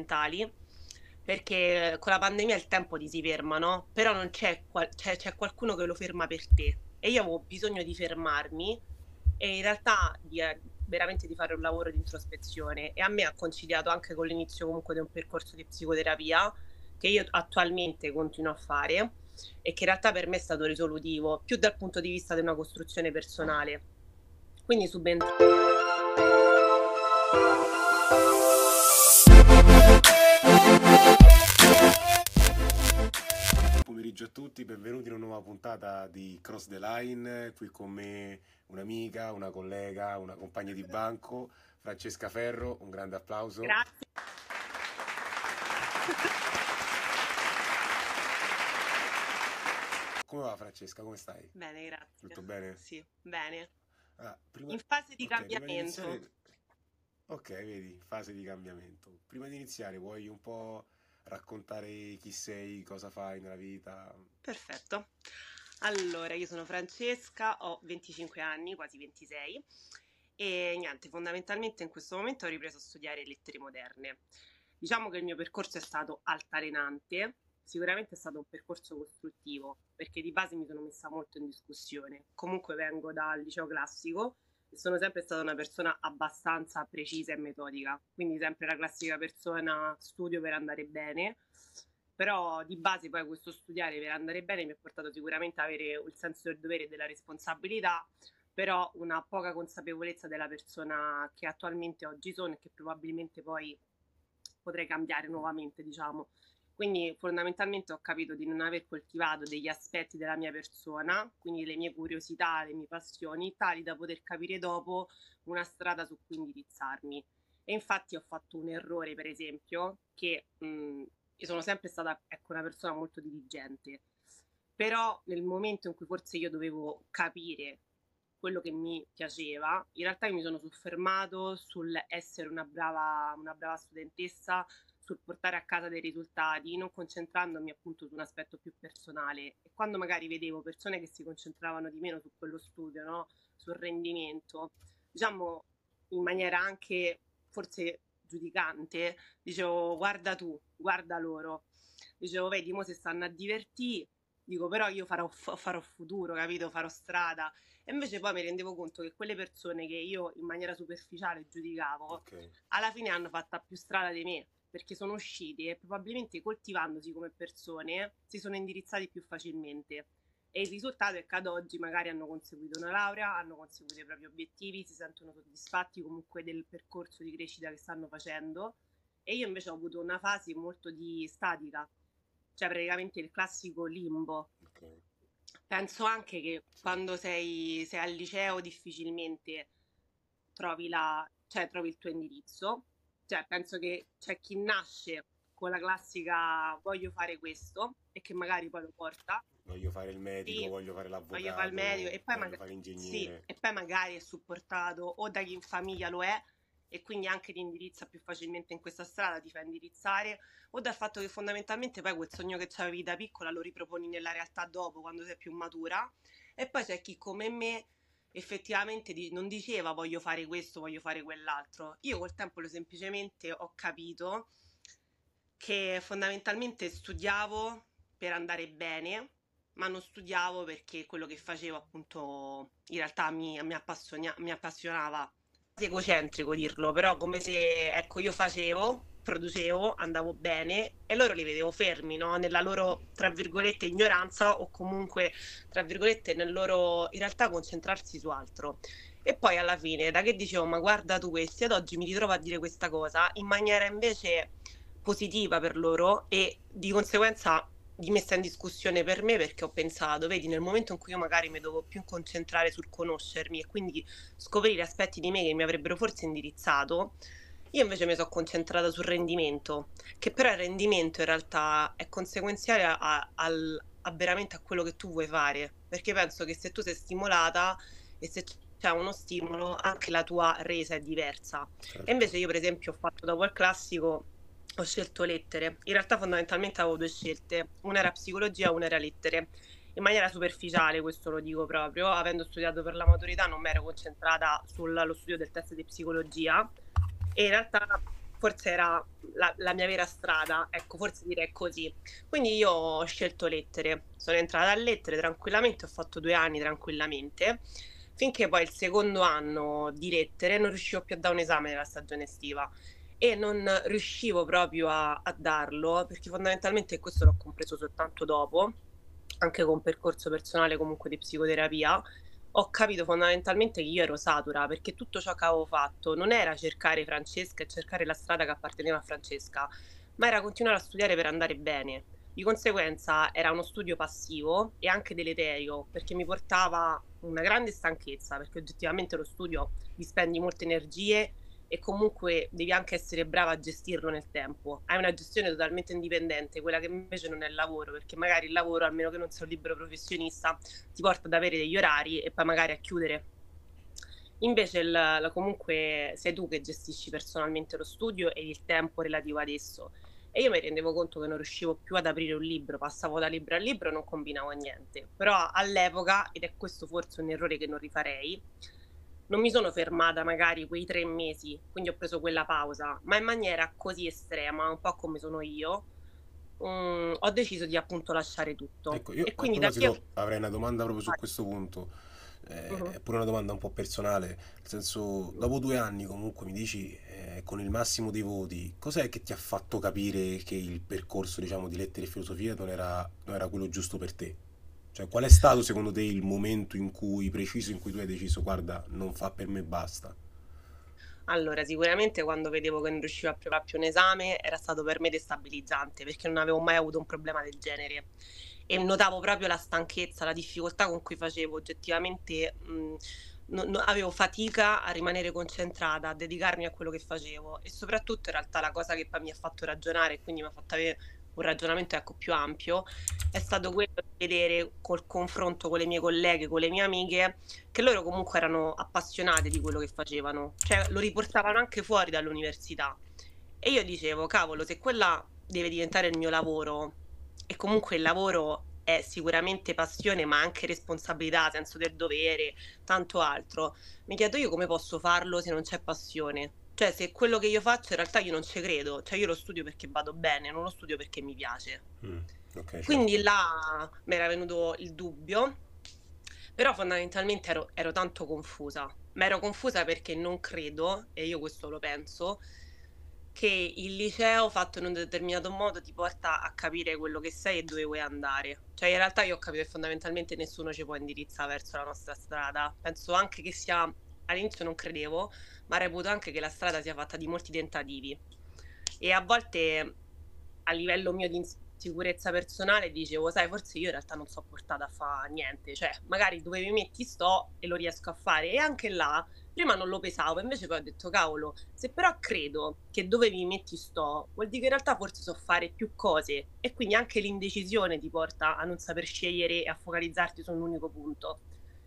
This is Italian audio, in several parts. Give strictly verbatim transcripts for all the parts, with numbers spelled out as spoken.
fondamentali, perché con la pandemia il tempo ti si ferma, no? Però non c'è qual- c'è c'è qualcuno che lo ferma per te. E io avevo bisogno di fermarmi e in realtà di, eh, veramente di fare un lavoro di introspezione. E a me ha conciliato anche con l'inizio comunque di un percorso di psicoterapia che io attualmente continuo a fare e che in realtà per me è stato risolutivo, più dal punto di vista di una costruzione personale. Quindi subentra. Buon pomeriggio a tutti, benvenuti in una nuova puntata di Cross the Line. Qui con me un'amica, una collega, una compagna di banco, Francesca Ferro. Un grande applauso. Grazie. Come va Francesca? Come stai? Bene, grazie. Tutto bene? Sì, bene. Ah, prima... In fase di ok, prima di cambiamento. iniziare... Ok, vedi, fase di cambiamento. Prima di iniziare vuoi un po' raccontare chi sei, cosa fai nella vita? Perfetto. Allora, io sono Francesca, ho venticinque anni, quasi ventisei, e niente, fondamentalmente in questo momento ho ripreso a studiare lettere moderne. Diciamo che il mio percorso è stato altalenante, sicuramente è stato un percorso costruttivo, perché di base mi sono messa molto in discussione. Comunque vengo dal liceo classico e sono sempre stata una persona abbastanza precisa e metodica, quindi sempre la classica persona studio per andare bene, però di base poi questo studiare per andare bene mi ha portato sicuramente ad avere il senso del dovere e della responsabilità, però una poca consapevolezza della persona che attualmente oggi sono e che probabilmente poi potrei cambiare nuovamente, diciamo. Quindi fondamentalmente ho capito di non aver coltivato degli aspetti della mia persona, quindi le mie curiosità, le mie passioni, tali da poter capire dopo una strada su cui indirizzarmi. E infatti ho fatto un errore, per esempio, che mh, io sono sempre stata, ecco, una persona molto diligente, però nel momento in cui forse io dovevo capire quello che mi piaceva, in realtà io mi sono soffermato sul essere una brava, una brava studentessa, sul portare a casa dei risultati, non concentrandomi appunto su un aspetto più personale. E quando magari vedevo persone che si concentravano di meno su quello studio, no? Sul rendimento, diciamo in maniera anche forse giudicante, dicevo guarda tu, guarda loro, dicevo vedi mo se stanno a divertire, dico però io farò, farò futuro, capito, farò strada. E invece poi mi rendevo conto che quelle persone che io in maniera superficiale giudicavo, Ok. alla fine hanno fatta più strada di me, perché sono usciti e probabilmente coltivandosi come persone si sono indirizzati più facilmente. E il risultato è che ad oggi magari hanno conseguito una laurea, hanno conseguito i propri obiettivi, si sentono soddisfatti comunque del percorso di crescita che stanno facendo. E io invece ho avuto una fase molto di statica, cioè praticamente il classico limbo. Ok. Penso anche che Sì. quando sei, sei al liceo difficilmente trovi, la, cioè, trovi il tuo indirizzo. Cioè, penso che c'è chi nasce con la classica voglio fare questo e che magari poi lo porta. Voglio fare il medico, Sì, voglio fare voglio fare il medio e l'avvocato, poi, voglio maga- fare sì, l'ingegnere. e poi magari è supportato o da chi in famiglia lo è e quindi anche ti indirizza più facilmente in questa strada, ti fa indirizzare, o dal fatto che fondamentalmente poi quel sogno che avevi da piccola lo riproponi nella realtà dopo, quando sei più matura, e poi c'è chi come me effettivamente di- non diceva voglio fare questo, voglio fare quell'altro. Io col tempo lo semplicemente ho capito che fondamentalmente studiavo per andare bene, ma non studiavo perché quello che facevo appunto in realtà mi, mi, appassiona- mi appassionava. È egocentrico dirlo, però come se ecco io facevo, producevo, andavo bene e loro li vedevo fermi, no? Nella loro, tra virgolette, ignoranza o comunque, tra virgolette, nel loro in realtà concentrarsi su altro. E poi alla fine, da che dicevo, ma guarda tu questi, ad oggi mi ritrovo a dire questa cosa in maniera invece positiva per loro e di conseguenza di messa in discussione per me perché ho pensato, vedi, nel momento in cui io magari mi devo più concentrare sul conoscermi e quindi scoprire aspetti di me che mi avrebbero forse indirizzato, io invece mi sono concentrata sul rendimento, che però il rendimento in realtà è conseguenziale a, a- al- a veramente a quello che tu vuoi fare, perché penso che se tu sei stimolata e se c'è uno stimolo, anche la tua resa è diversa. E Certo. invece io, per esempio, ho fatto dopo il classico, ho scelto lettere. In realtà, fondamentalmente, avevo due scelte: una era psicologia, una era lettere. In maniera superficiale, questo lo dico proprio, avendo studiato per la maturità, non mi ero concentrata sullo studio del test di psicologia. E in realtà forse era la, la mia vera strada, ecco, forse direi così. Quindi io ho scelto lettere, sono entrata a lettere tranquillamente, ho fatto due anni tranquillamente, finché poi il secondo anno di lettere non riuscivo più a dare un esame nella stagione estiva e non riuscivo proprio a, a darlo, perché fondamentalmente questo l'ho compreso soltanto dopo, anche con un percorso personale comunque di psicoterapia, ho capito fondamentalmente che io ero satura, perché tutto ciò che avevo fatto non era cercare Francesca e cercare la strada che apparteneva a Francesca, ma era continuare a studiare per andare bene. Di conseguenza era uno studio passivo e anche deleterio, perché mi portava una grande stanchezza, perché oggettivamente lo studio dispendi molte energie e comunque devi anche essere brava a gestirlo nel tempo. Hai una gestione totalmente indipendente, quella che invece non è il lavoro, perché magari il lavoro, almeno che non sia un libero professionista, ti porta ad avere degli orari e poi magari a chiudere. Invece il, la- comunque sei tu che gestisci personalmente lo studio e il tempo relativo ad esso. E io mi rendevo conto che non riuscivo più ad aprire un libro, passavo da libro a libro e non combinavo niente. Però all'epoca, ed è questo forse un errore che non rifarei, non mi sono fermata magari quei tre mesi, quindi ho preso quella pausa, ma in maniera così estrema, un po' come sono io, mm, ho deciso di appunto lasciare tutto. Ecco, io E a quindi da lì ho... proposito avrei una domanda proprio su questo punto. Eh, Mhm. è pure una domanda un po' personale, nel senso, dopo due anni comunque mi dici, eh, con il massimo dei voti, cos'è che ti ha fatto capire che il percorso, diciamo, di lettere e filosofia non era, non era quello giusto per te? Cioè, qual è stato secondo te il momento in cui, preciso, in cui tu hai deciso, guarda, non fa per me, basta? Allora, sicuramente quando vedevo che non riuscivo a preparare più un esame era stato per me destabilizzante perché non avevo mai avuto un problema del genere e notavo proprio la stanchezza, la difficoltà con cui facevo oggettivamente, mh, no- no- avevo fatica a rimanere concentrata, a dedicarmi a quello che facevo e soprattutto in realtà la cosa che poi mi ha fatto ragionare e quindi mi ha fatto avere un ragionamento ecco, più ampio è stato quello di vedere col confronto con le mie colleghe, con le mie amiche che loro comunque erano appassionate di quello che facevano, cioè lo riportavano anche fuori dall'università. E io dicevo, cavolo, se quella deve diventare il mio lavoro, e comunque il lavoro è sicuramente passione, ma anche responsabilità, senso del dovere, tanto altro, mi chiedo io come posso farlo se non c'è passione. Cioè, se quello che io faccio in realtà io non ci credo, cioè io lo studio perché vado bene, non lo studio perché mi piace. Mm, ok, Quindi certo. là mi era venuto il dubbio, però fondamentalmente ero, ero tanto confusa, ma ero confusa perché non credo, e io questo lo penso, che il liceo fatto in un determinato modo ti porta a capire quello che sei e dove vuoi andare. Cioè in realtà io ho capito che fondamentalmente nessuno ci può indirizzare verso la nostra strada. Penso anche che sia, all'inizio non credevo, ma reputo anche che la strada sia fatta di molti tentativi. E a volte a livello mio di insicurezza personale dicevo, sai, forse io in realtà non sono portata a fare niente, cioè magari dove mi metti sto e lo riesco a fare e anche là prima non lo pesavo, invece poi ho detto cavolo, se però credo che dove mi metti sto, vuol dire che in realtà forse so fare più cose e quindi anche l'indecisione ti porta a non saper scegliere e a focalizzarti su un unico punto.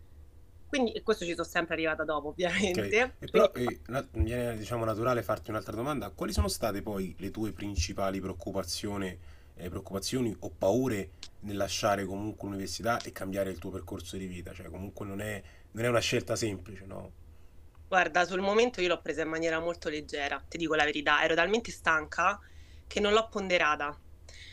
Quindi, e questo ci sono sempre arrivata dopo, Ok, ovviamente. e Quindi però eh, na- mi viene diciamo naturale farti un'altra domanda. Quali sono state poi le tue principali preoccupazioni, eh, preoccupazioni o paure nel lasciare comunque l'università e cambiare il tuo percorso di vita? Cioè comunque non è, non è una scelta semplice, no? guarda, sul momento io l'ho presa in maniera molto leggera, ti dico la verità, ero talmente stanca che non l'ho ponderata.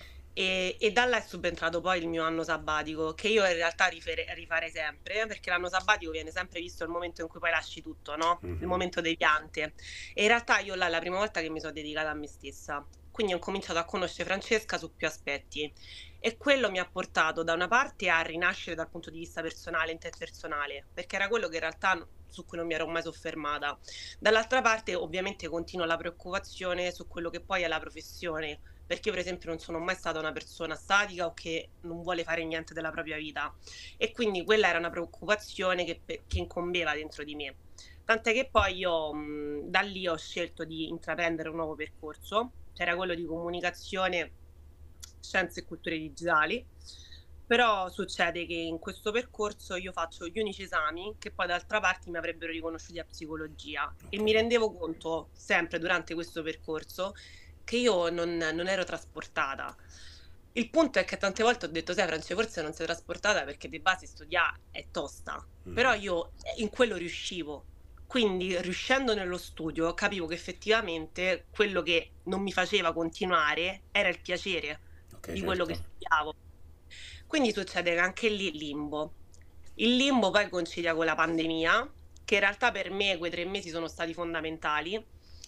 E, e da là è subentrato poi il mio anno sabbatico, che io in realtà rifere- rifarei sempre, perché l'anno sabbatico viene sempre visto il momento in cui poi lasci tutto, no? Il Mhm. momento dei piante. E in realtà io là è la prima volta che mi sono dedicata a me stessa. Quindi ho cominciato a conoscere Francesca su più aspetti. E quello mi ha portato da una parte a rinascere dal punto di vista personale e interpersonale, perché era quello che in realtà su cui non mi ero mai soffermata. Dall'altra parte, ovviamente, continua la preoccupazione su quello che poi è la professione, perché io, per esempio, non sono mai stata una persona statica o che non vuole fare niente della propria vita. E quindi quella era una preoccupazione che, che incombeva dentro di me. Tant'è che poi io mh, da lì ho scelto di intraprendere un nuovo percorso, che era quello di comunicazione, scienze e culture digitali. Però succede che in questo percorso io faccio gli unici esami che poi d'altra parte mi avrebbero riconosciuti a psicologia e Ok. mi rendevo conto sempre durante questo percorso che io non, non ero trasportata. Il punto è che tante volte ho detto, sai France, forse non sei trasportata perché di base studiare è tosta, però Mhm. io in quello riuscivo. Quindi riuscendo nello studio capivo che effettivamente quello che non mi faceva continuare era il piacere Ok, di quello che certo. studiavo. Quindi succede che anche lì limbo. Il limbo poi coincidia con la pandemia, che in realtà per me quei tre mesi sono stati fondamentali,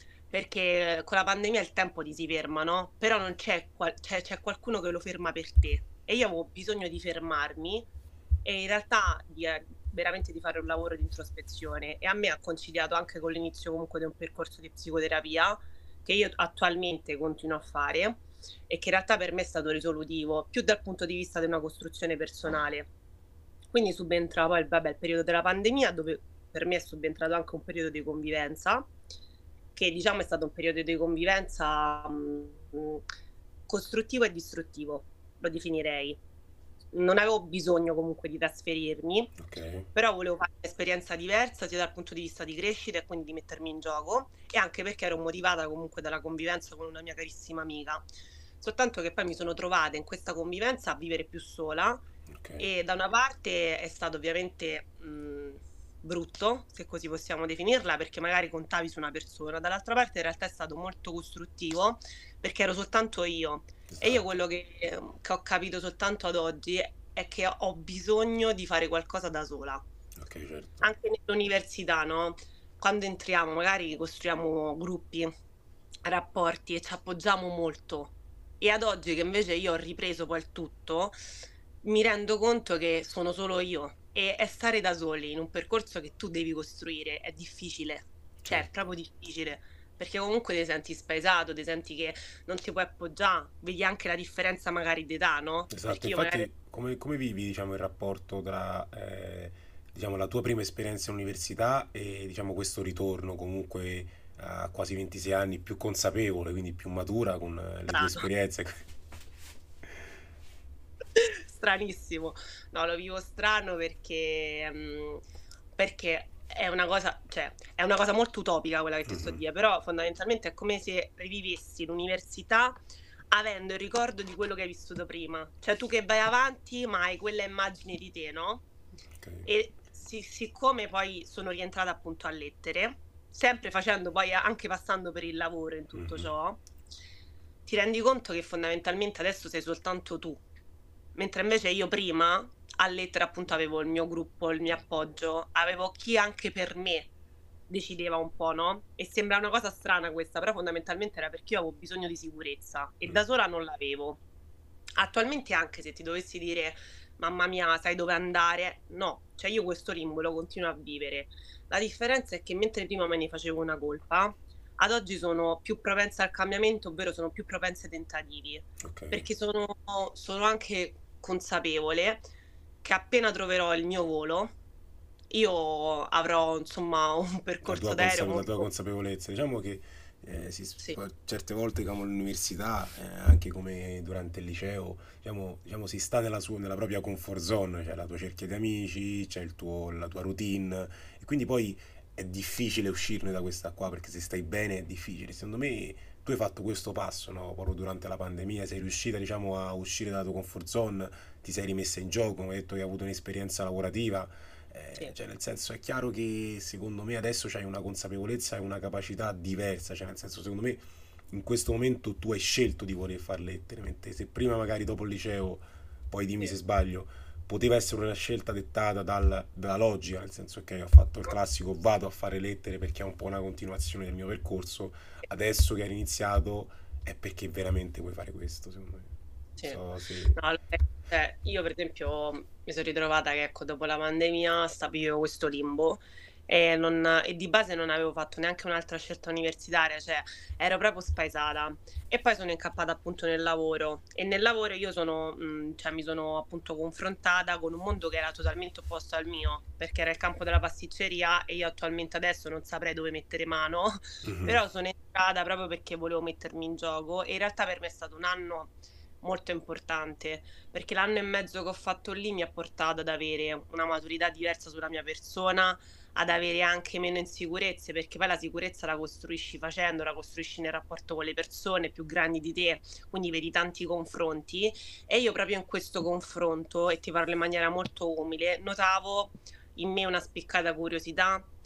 perché con la pandemia il tempo ti si ferma, no? Però non c'è, qual- c'è, c'è qualcuno che lo ferma per te. E io avevo bisogno di fermarmi e in realtà di, eh, veramente di fare un lavoro di introspezione. E a me ha conciliato anche con l'inizio comunque di un percorso di psicoterapia, che io attualmente continuo a fare e che in realtà per me è stato risolutivo, più dal punto di vista di una costruzione personale. Quindi subentra poi il, vabbè, il periodo della pandemia, dove per me è subentrato anche un periodo di convivenza, che diciamo è stato un periodo di convivenza mh, costruttivo e distruttivo, lo definirei. Non avevo bisogno comunque di trasferirmi, Ok. però volevo fare un'esperienza diversa sia dal punto di vista di crescita e quindi di mettermi in gioco e anche perché ero motivata comunque dalla convivenza con una mia carissima amica. Soltanto che poi mi sono trovata in questa convivenza a vivere più sola Ok. e da una parte è stato ovviamente mh, brutto, se così possiamo definirla, perché magari contavi su una persona, dall'altra parte in realtà è stato molto costruttivo perché ero soltanto io. E io Esatto. quello che, che ho capito soltanto ad oggi è che ho bisogno di fare qualcosa da sola. Ok, certo. Anche nell'università, no? Quando entriamo, magari costruiamo gruppi, rapporti e ci appoggiamo molto. E ad oggi che invece io ho ripreso poi il tutto, mi rendo conto che sono solo io. E, e stare da soli in un percorso che tu devi costruire è difficile. Cioè, è Certo. proprio difficile. Perché comunque ti senti spaesato, ti senti che non ti puoi appoggiare, vedi anche la differenza magari d'età, no? Esatto, Perché io magari infatti come, come vivi, diciamo, il rapporto tra eh, diciamo, la tua prima esperienza in università e diciamo, questo ritorno comunque a quasi ventisei anni più consapevole, quindi più matura con eh, le tue strano. esperienze? Stranissimo. No, lo vivo strano perché, mm, perché è una cosa, cioè, è una cosa molto utopica quella che ti sto a Mhm. dire, però fondamentalmente è come se rivivessi l'università avendo il ricordo di quello che hai vissuto prima. Cioè, tu che vai avanti, ma hai quella immagine di te, no? Ok. E si- siccome poi sono rientrata appunto a lettere, sempre facendo poi anche passando per il lavoro in tutto Mhm. ciò, ti rendi conto che fondamentalmente adesso sei soltanto tu. Mentre invece io prima, a lettere appunto avevo il mio gruppo, il mio appoggio, avevo chi anche per me decideva un po', no? E sembra una cosa strana questa, però fondamentalmente era perché io avevo bisogno di sicurezza e Mm. da sola non l'avevo. Attualmente anche se ti dovessi dire, mamma mia, sai dove andare? No, cioè io questo limbo lo continuo a vivere. La differenza è che mentre prima me ne facevo una colpa, ad oggi sono più propensa al cambiamento, ovvero sono più propensa ai tentativi, Ok. perché sono, sono anche consapevole che appena troverò il mio volo, io avrò insomma un La tua, percorso d'aereo consape- la tua molto... consapevolezza, diciamo che eh, si- Sì, certe volte come all'università, eh, anche come durante il liceo, diciamo, diciamo, si sta nella, sua- nella propria comfort zone, c'è la tua cerchia di amici, c'è il tuo- la tua routine e quindi poi è difficile uscirne da questa qua perché se stai bene è difficile. Secondo me tu hai fatto questo passo, no? Proprio durante la pandemia, sei riuscita diciamo, a uscire dalla tua comfort zone, ti sei rimessa in gioco, come hai detto che hai avuto un'esperienza lavorativa. Eh, sì, cioè, nel senso, è chiaro che secondo me adesso c'hai una consapevolezza e una capacità diversa. Cioè, nel senso, secondo me in questo momento tu hai scelto di voler fare lettere, mentre se prima magari dopo il liceo, poi dimmi sì. se sbaglio, poteva essere una scelta dettata dal- dalla logica, nel senso che ho fatto il classico, vado a fare lettere perché è un po' una continuazione del mio percorso, adesso che hai iniziato è perché veramente vuoi fare questo, secondo me. Non Sì. so se... No, allora, cioè, io per esempio mi sono ritrovata che ecco, dopo la pandemia stavo questo limbo e, non- e di base non avevo fatto neanche un'altra scelta universitaria, cioè ero proprio spaesata. E poi sono incappata appunto nel lavoro e nel lavoro io sono, mh, cioè, mi sono appunto confrontata con un mondo che era totalmente opposto al mio, perché era il campo della pasticceria e io attualmente adesso non saprei dove mettere mano, Mhm. però sono entrata proprio perché volevo mettermi in gioco e in realtà per me è stato un anno molto importante, perché l'anno e mezzo che ho fatto lì mi ha portato ad avere una maturità diversa sulla mia persona, ad avere anche meno insicurezze, perché poi la sicurezza la costruisci facendo, la costruisci nel rapporto con le persone più grandi di te, quindi vedi tanti confronti e io proprio in questo confronto, e ti parlo in maniera molto umile, notavo in me una spiccata curiosità,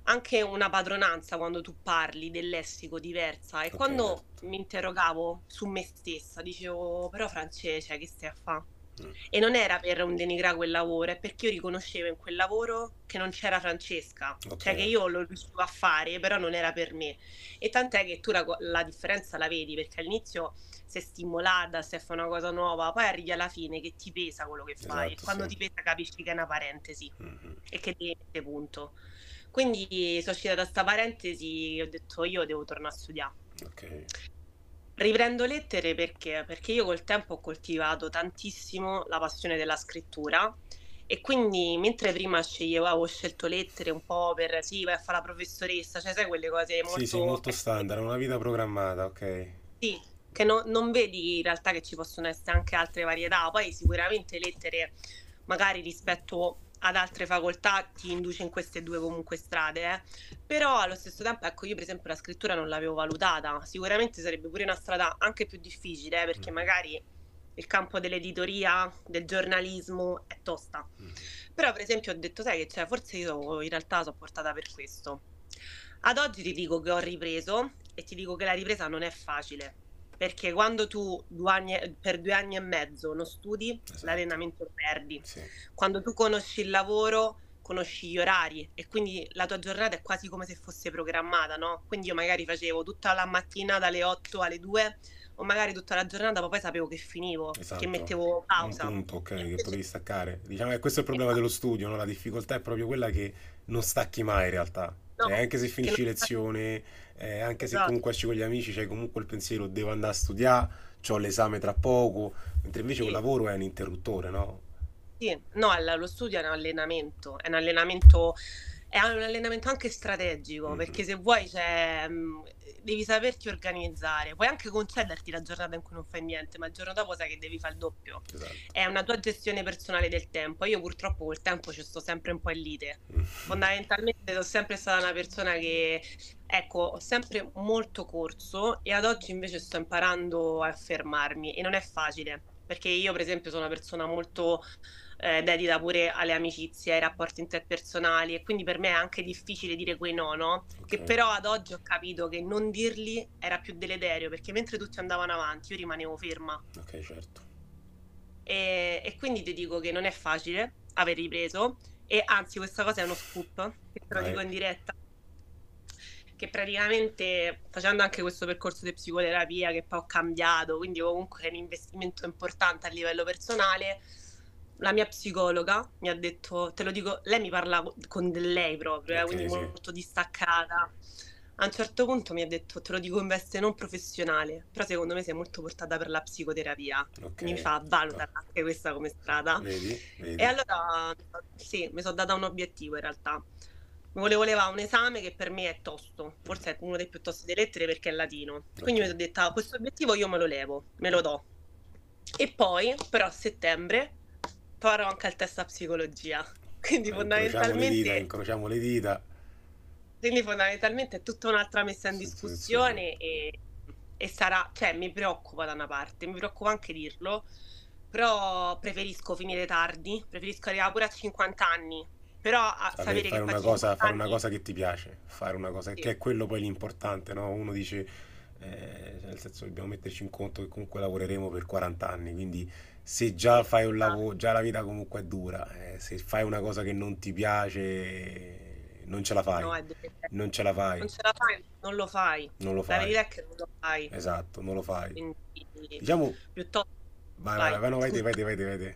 anche una padronanza quando tu parli del lessico diversa. E Ok, quando certo. mi interrogavo su me stessa, dicevo, però Francesca, cioè, che stai a fa'? Mm, E non era per un denigrare quel lavoro, è perché io riconoscevo in quel lavoro che non c'era Francesca, ok, cioè che io lo riuscivo a fare, però non era per me. E tant'è che tu la, co- la differenza la vedi, perché all'inizio sei stimolata, sei a fare una cosa nuova, poi arrivi alla fine che ti pesa quello che fai, e esatto, sì. quando ti pesa capisci che è una parentesi Mhm, e che devi mettere punto. Quindi sono uscita da sta parentesi e ho detto io devo tornare a studiare. ok. Riprendo lettere perché? Perché io col tempo ho coltivato tantissimo la passione della scrittura e quindi mentre prima sceglievo, avevo scelto lettere un po' per sì, vai a fare la professoressa, cioè sai quelle cose Sì, sì, molto molto standard, una vita programmata, ok. sì, che no- non vedi in realtà che ci possono essere anche altre varietà. Poi sicuramente lettere, magari rispetto ad altre facoltà, ti induce in queste due comunque strade, eh. Però allo stesso tempo, ecco, io per esempio la scrittura non l'avevo valutata. Sicuramente sarebbe pure una strada anche più difficile, eh, perché Mhm, magari il campo dell'editoria, del giornalismo è tosta. mhm. Però per esempio ho detto, sai che c'è, forse io in realtà sono portata per questo. Ad oggi ti dico che ho ripreso e ti dico che la ripresa non è facile, perché quando tu due anni- per due anni e mezzo non studi, Esatto, l'allenamento lo perdi. sì. Quando tu conosci il lavoro, conosci gli orari e quindi la tua giornata è quasi come se fosse programmata, no? Quindi io magari facevo tutta la mattina dalle otto alle due o magari tutta la giornata, ma poi sapevo che finivo, che Esatto, mettevo un pausa. punto, ok, che Invece, potevi staccare. Diciamo che questo è il problema dello esatto, studio, no? La difficoltà è proprio quella che non stacchi mai in realtà. no, Cioè, anche se che non... finisci lezione, eh, anche se Esatto, comunque esci con gli amici, c'hai comunque il pensiero devo andare a studiare, ho l'esame tra poco, mentre invece un sì. lavoro è un interruttore, no? Sì, no, il- lo studio è un allenamento, è un allenamento, è un allenamento anche strategico, Mhm, perché se vuoi, cioè, mh, devi saperti organizzare, puoi anche concederti la giornata in cui non fai niente, ma il giorno dopo sai che devi fare il doppio. esatto. È una tua gestione personale del tempo. Io purtroppo col tempo ci sto sempre un po' in lite. Mhm, Fondamentalmente sono sempre stata una persona che, ecco, ho sempre molto corso e ad oggi invece sto imparando a fermarmi e non è facile, perché io per esempio sono una persona molto eh, dedita pure alle amicizie, ai rapporti interpersonali e quindi per me è anche difficile dire quei no, no? ok, Che però ad oggi ho capito che non dirli era più deleterio perché mentre tutti andavano avanti io rimanevo ferma ok, certo. e, e quindi ti dico che non è facile aver ripreso e anzi questa cosa è uno scoop, che te lo Vai. dico in diretta, che praticamente facendo anche questo percorso di psicoterapia che poi ho cambiato, quindi comunque è un investimento importante a livello personale, la mia psicologa mi ha detto, te lo dico, lei mi parla con del lei proprio, eh, quindi Ok, sì, molto distaccata. A un certo punto mi ha detto, te lo dico in veste non professionale, però secondo me sei molto portata per la psicoterapia. ok. Quindi mi fa, No. valuta anche questa come strada. Vedi, E vedi. allora, sì, mi sono data un obiettivo in realtà. Mi volevo levare un esame che per me è tosto, forse è uno dei più tosti delle lettere perché è latino. Ok. Quindi mi sono detta, questo obiettivo io me lo levo, me lo do. E poi, però a settembre, farò anche il test a psicologia. Quindi Eh, Incrociamo le dita, fondamentalmente, incrociamo le dita. quindi fondamentalmente è tutta un'altra messa in Sì, sì, sì, sì. discussione e, e sarà, cioè mi preoccupa da una parte, mi preoccupa anche dirlo, però preferisco finire tardi, preferisco arrivare pure a cinquanta anni, però a Ave- sapere che fare fra una cosa, cinquanta fare una anni cosa che ti piace, fare una cosa che sì, è quello poi l'importante, no? Uno dice, eh, nel senso dobbiamo metterci in conto che comunque lavoreremo per quaranta anni, quindi se già sì, fai un esatto. lavoro, già la vita comunque è dura, eh, se fai una cosa che non ti piace, non ce la No, fai, è delle- non ce la non fai, ce la fai, non lo fai. non lo La fai, verità è che non lo fai. esatto, non lo fai. Quindi Diciamo, piuttosto vai, vai, vai, vai, no, vai te, scusa. vai te, vai te, vai te.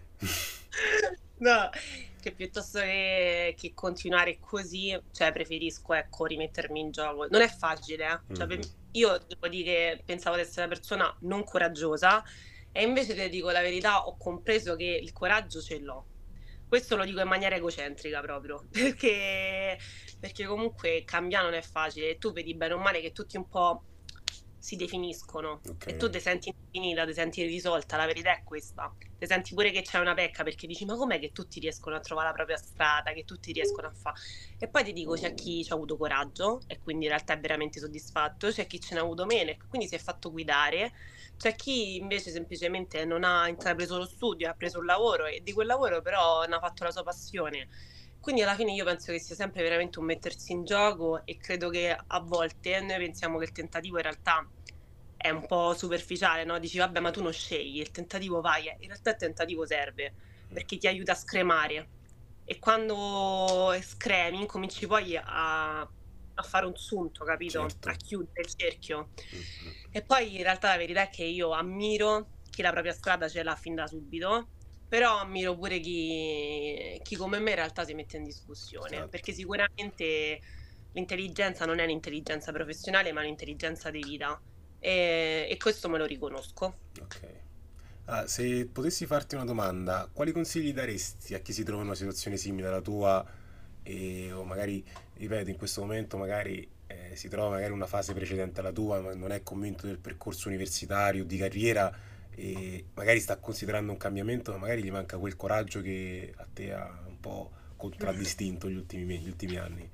No, che piuttosto che, che continuare così, cioè preferisco, ecco, rimettermi in gioco. Non è facile, eh. Cioè, Mhm. per- io devo dire che pensavo di essere una persona non coraggiosa e invece ti dico la verità, ho compreso che il coraggio ce l'ho. Questo lo dico in maniera egocentrica proprio, perché, perché comunque cambiare non è facile e tu vedi bene o male che tutti un po' si definiscono Ok, e tu ti senti infinita, ti senti irrisolta, la verità è questa. Ti senti pure che c'è una pecca perché dici ma com'è che tutti riescono a trovare la propria strada, che tutti riescono a fare. E poi ti dico c'è chi ci ha avuto coraggio e quindi in realtà è veramente soddisfatto, c'è chi ce n'ha avuto meno e quindi si è fatto guidare, c'è chi invece semplicemente non ha intrapreso lo studio, ha preso un lavoro e di quel lavoro però ne ha fatto la sua passione. Quindi alla fine io penso che sia sempre veramente un mettersi in gioco e credo che a volte noi pensiamo che il tentativo in realtà è un po' superficiale, no? Dici, vabbè, ma tu non scegli, il tentativo vai, eh. In realtà il tentativo serve Mm, perché ti aiuta a scremare e quando scremi cominci poi a, a fare un sunto, capito? A certo. chiudere il cerchio. Mm, mm. E poi in realtà la verità è che io ammiro chi la propria strada ce l'ha fin da subito, però ammiro pure chi, chi come me in realtà si mette in discussione, Esatto. perché sicuramente l'intelligenza non è un'intelligenza professionale, ma un'intelligenza di vita. E, e questo me lo riconosco. Ok. Ah, se potessi farti una domanda, quali consigli daresti a chi si trova in una situazione simile alla tua e, o magari, ripeto, in questo momento magari eh, si trova magari in una fase precedente alla tua, ma non è convinto del percorso universitario, di carriera e magari sta considerando un cambiamento, ma magari gli manca quel coraggio che a te ha un po' contraddistinto gli ultimi, me- gli ultimi anni.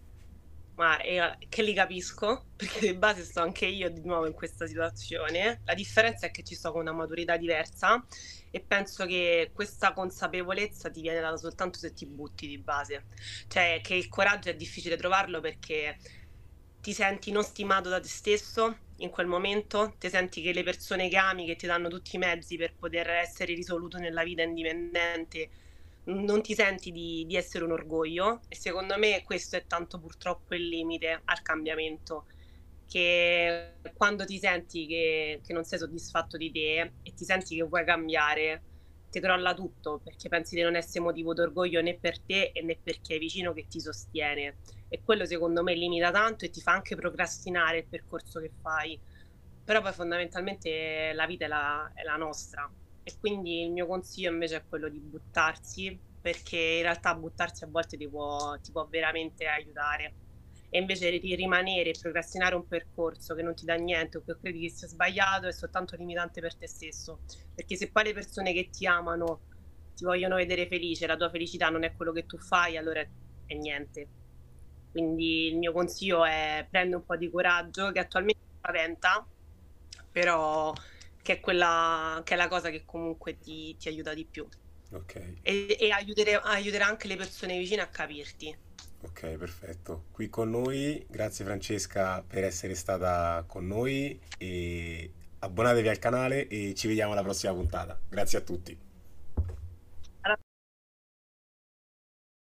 Ma eh, che li capisco, perché di base sto anche io di nuovo in questa situazione. La differenza è che ci sto con una maturità diversa e penso che questa consapevolezza ti viene data soltanto se ti butti di base. Cioè che il coraggio è difficile trovarlo perché ti senti non stimato da te stesso in quel momento, ti senti che le persone che ami, che ti danno tutti i mezzi per poter essere risoluto nella vita indipendente, non ti senti di, di essere un orgoglio e secondo me questo è tanto purtroppo il limite al cambiamento, che quando ti senti che, che non sei soddisfatto di te e ti senti che vuoi cambiare, ti crolla tutto perché pensi di non essere motivo d'orgoglio né per te e né per chi è vicino che ti sostiene. E quello secondo me limita tanto e ti fa anche procrastinare il percorso che fai. Però poi fondamentalmente la vita è la, è la nostra e quindi il mio consiglio invece è quello di buttarsi, perché in realtà buttarsi a volte ti può, ti può veramente aiutare. E invece di rimanere e procrastinare un percorso che non ti dà niente o che credi che sia sbagliato è soltanto limitante per te stesso. Perché se poi le persone che ti amano ti vogliono vedere felice, la tua felicità non è quello che tu fai, allora è, è niente. Quindi il mio consiglio è prendi un po' di coraggio, che attualmente spaventa, però che è quella che è la cosa che comunque ti, ti aiuta di più Ok, e, e aiutere- aiuterà anche le persone vicine a capirti. ok, perfetto. Qui con noi, grazie Francesca per essere stata con noi e abbonatevi al canale e ci vediamo alla prossima puntata. Grazie a tutti.